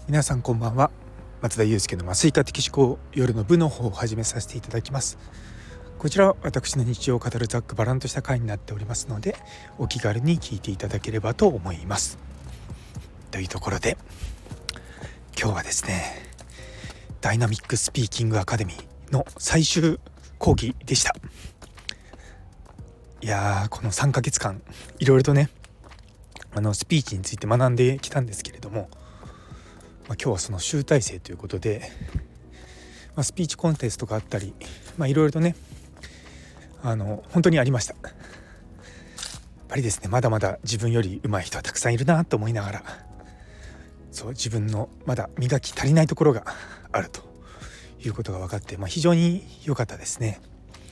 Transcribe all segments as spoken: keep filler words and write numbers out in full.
皆さんこんばんは。松田祐介の麻酔科的思考夜の部の方を始めさせていただきます。こちらは私の日常を語るざっくばらんとした回になっておりますので、お気軽に聞いていただければと思います。というところで今日はですね、ダイナミックスピーキングアカデミーの最終講義でした。いやー、このさんかげつかんいろいろとね、あのスピーチについて学んできたんですけれども、まあ、今日はその集大成ということで、まあ、スピーチコンテストがあったり、まあ、いろいろとね、あの本当にありました。やっぱりですね、まだまだ自分より上手い人はたくさんいるなと思いながら、そう自分のまだ磨き足りないところがあるということが分かって、まあ、非常に良かったですね。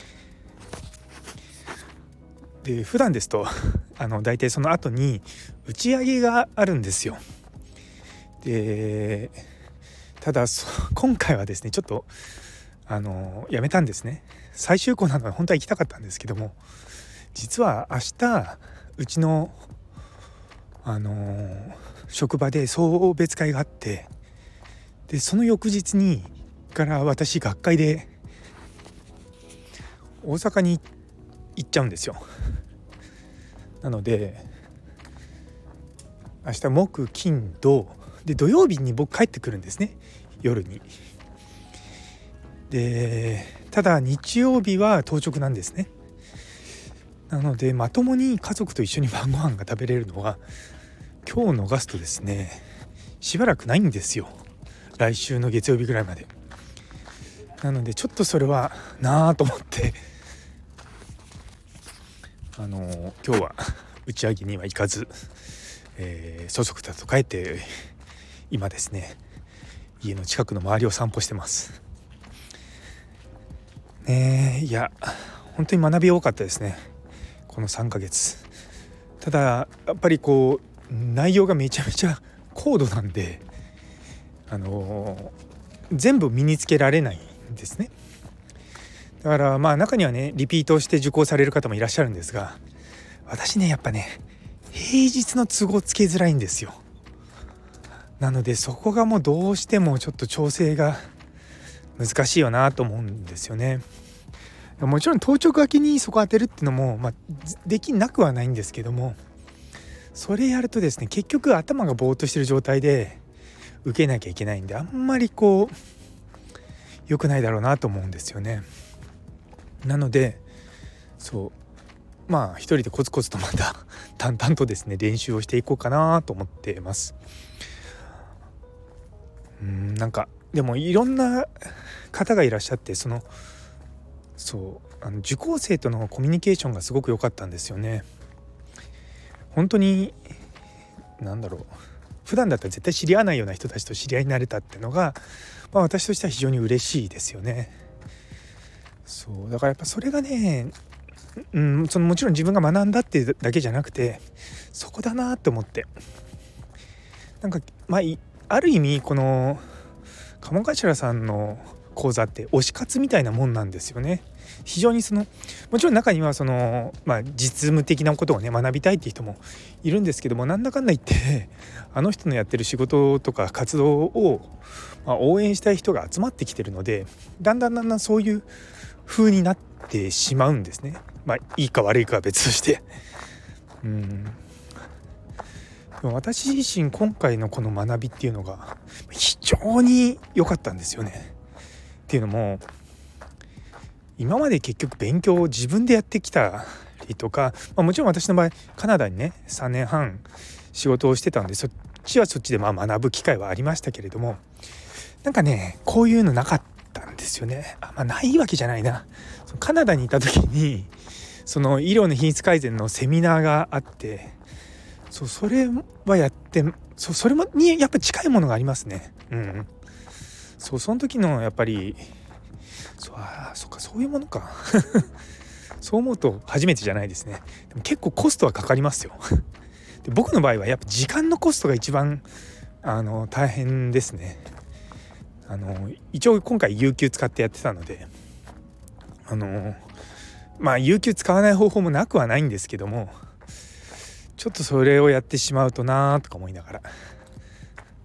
で普段ですとあの大体その後に打ち上げがあるんですよ。でただ今回はですね、ちょっとあのやめたんですね。最終校なので本当は行きたかったんですけども、実は明日うちのあの職場で送別会があって、でその翌日にから私学会で大阪に行っちゃうんですよ。なので明日木金土で土曜日に僕帰ってくるんですね、夜に。でただ日曜日は当直なんですね。なのでまともに家族と一緒に晩ご飯が食べれるのは今日逃すとですね、しばらくないんですよ。来週の月曜日ぐらいまで。なのでちょっとそれはなぁと思ってあの今日は打ち上げには行かず、えー、そそくさと帰って今ですね、家の近くの周りを散歩してますね。いや本当に学び多かったですね、このさんかげつ。ただやっぱりこう内容がめちゃめちゃ高度なんで、あのー、全部身につけられないんですね。だからまあ中にはね、リピートして受講される方もいらっしゃるんですが、私ねやっぱね平日の都合つけづらいんですよ。なのでそこがもうどうしてもちょっと調整が難しいよなと思うんですよね。もちろん当直明けにそこ当てるっていうのも、まあ、できなくはないんですけども、それやるとですね、結局頭がぼーっとしてる状態で受けなきゃいけないんで、あんまりこう良くないだろうなと思うんですよね。なのでそうまあ一人でコツコツとまた淡々とですね練習をしていこうかなと思っています。うんなんかでもいろんな方がいらっしゃって、そのそうあの受講生とのコミュニケーションがすごく良かったんですよね。本当になんだろう、普段だったら絶対知り合わないような人たちと知り合いになれたっていうのが、まあ、私としては非常に嬉しいですよね。そうだからやっぱそれがね、うん、そのもちろん自分が学んだっていうだけじゃなくて、そこだなと思って、なんかまあある意味この鴨頭さんの講座って推し活みたいなもんなんですよね。非常にそのもちろん中にはその、まあ、実務的なことをね学びたいっていう人もいるんですけども、なんだかんだ言ってあの人のやってる仕事とか活動を、まあ、応援したい人が集まってきてるので、だんだんだんだんそういう風になってしまうんですね。まあいいか悪いかは別として、うんでも私自身今回のこの学びっていうのが非常に良かったんですよね。っていうのも、今まで結局勉強を自分でやってきたりとか、まあ、もちろん私の場合カナダにねさんねんはん仕事をしてたんで、そっちはそっちでまあ学ぶ機会はありましたけれども、なんかねこういうのなかったんですよね。あ、まあ、ないわけじゃないな。カナダにいた時にその医療の品質改善のセミナーがあって、そうそれはやってそそれもにやっぱり近いものがありますね。うん、そうその時のやっぱりそうあそっかそういうものかそう思うと初めてじゃないですね。でも結構コストはかかりますよで僕の場合はやっぱ時間のコストが一番あの大変ですね。あの一応今回有給使ってやってたので、あのまあ有給使わない方法もなくはないんですけども、ちょっとそれをやってしまうとなとか思いながら、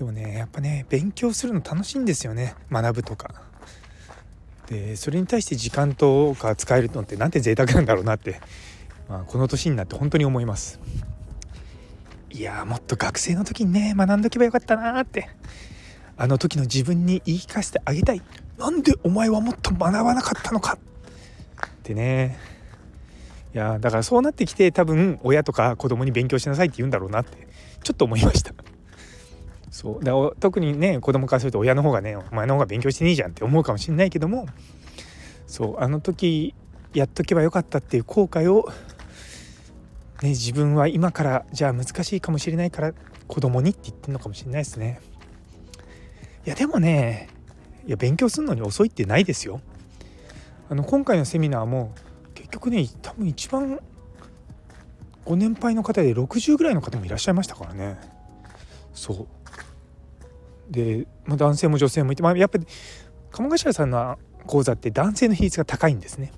でもねやっぱね勉強するの楽しいんですよね。学ぶとかでそれに対して時間とか使えるのってなんて贅沢なんだろうなって、まあ、この年になって本当に思います。いやもっと学生の時にね学んどけばよかったなって、あの時の自分に言い聞かせてあげたい。なんでお前はもっと学ばなかったのかってね。いやだからそうなってきて多分親とか子供に勉強しなさいって言うんだろうなってちょっと思いました。そうだから特にね子供からすると親の方がねお前の方が勉強してねえじゃんって思うかもしれないけども、そうあの時やっとけばよかったっていう後悔を、ね、自分は今からじゃあ難しいかもしれないから子供にって言ってるのかもしれないですね。いやでもねいや勉強するのに遅いってないですよ。あの今回のセミナーも結局ね多分一番ご年配の方でろくじゅうぐらいの方もいらっしゃいましたからね。そうで、まあ、男性も女性もいて、まあ、やっぱり鴨頭さんの講座って男性の比率が高いんですね。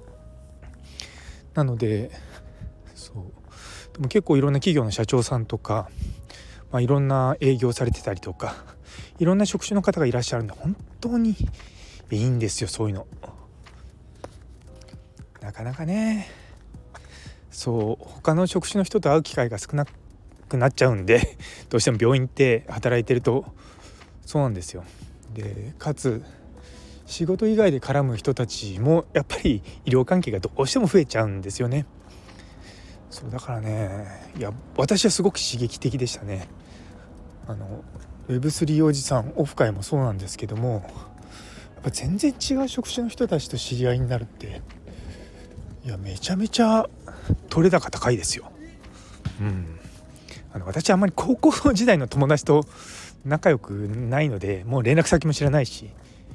なのでそうでも結構いろんな企業の社長さんとか、まあ、いろんな営業されてたりとかいろんな職種の方がいらっしゃるんで本当にいいんですよそういうの。なかなかねそう他の職種の人と会う機会が少なくなっちゃうんでどうしても病院って働いてるとそうなんですよ。でかつ仕事以外で絡む人たちもやっぱり医療関係がどうしても増えちゃうんですよね。そうだからねいや私はすごく刺激的でしたね。あの ウェブスリー おじさんオフ会もそうなんですけどもやっぱ全然違う職種の人たちと知り合いになるっていやめちゃめちゃ取れ高高いですよ。うん、あの私あんまり高校時代の友達と仲良くないのでもう連絡先も知らないし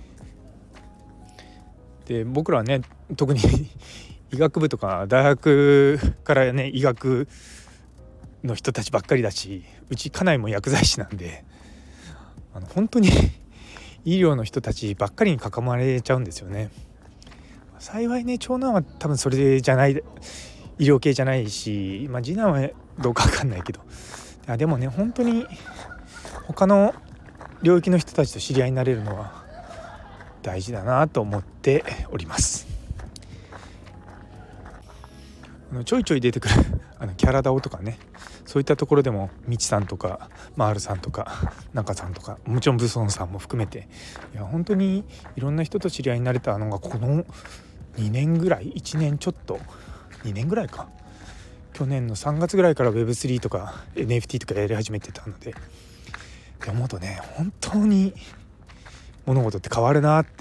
で僕らはね特に医学部とか大学からね医学の人たちばっかりだしうち家内も薬剤師なんであの本当に医療の人たちばっかりに囲まれちゃうんですよね。幸いね長男は多分それじゃない医療系じゃないし、まあ、次男はどうか分かんないけどあでもね本当に他の領域の人たちと知り合いになれるのは大事だなと思っております。あのちょいちょい出てくるあのキャラダオとかねそういったところでもみちさんとかマールさんとか中さんとかもちろんブソンさんも含めていや本当にいろんな人と知り合いになれたのがこのにねんぐらいいちねんちょっとにねんぐらいか去年のさんがつぐらいから ウェブスリー とか エヌエフティー とかやり始めてたのでって思うとね本当に物事って変わるなって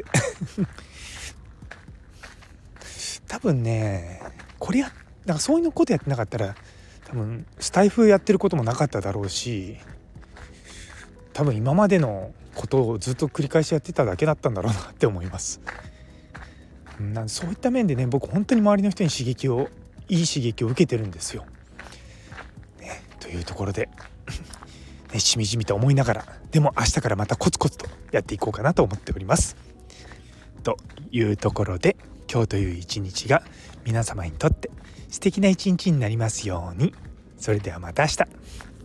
多分ねこれやなんかそういうことやってなかったら多分スタイフやってることもなかっただろうし多分今までのことをずっと繰り返しやってただけだったんだろうなって思います。なんそういった面でね僕本当に周りの人に刺激をいい刺激を受けてるんですよ、ね、というところで、ね、しみじみと思いながらでも明日からまたコツコツとやっていこうかなと思っております。というところで今日という一日が皆様にとって素敵な一日になりますように。それではまた明日。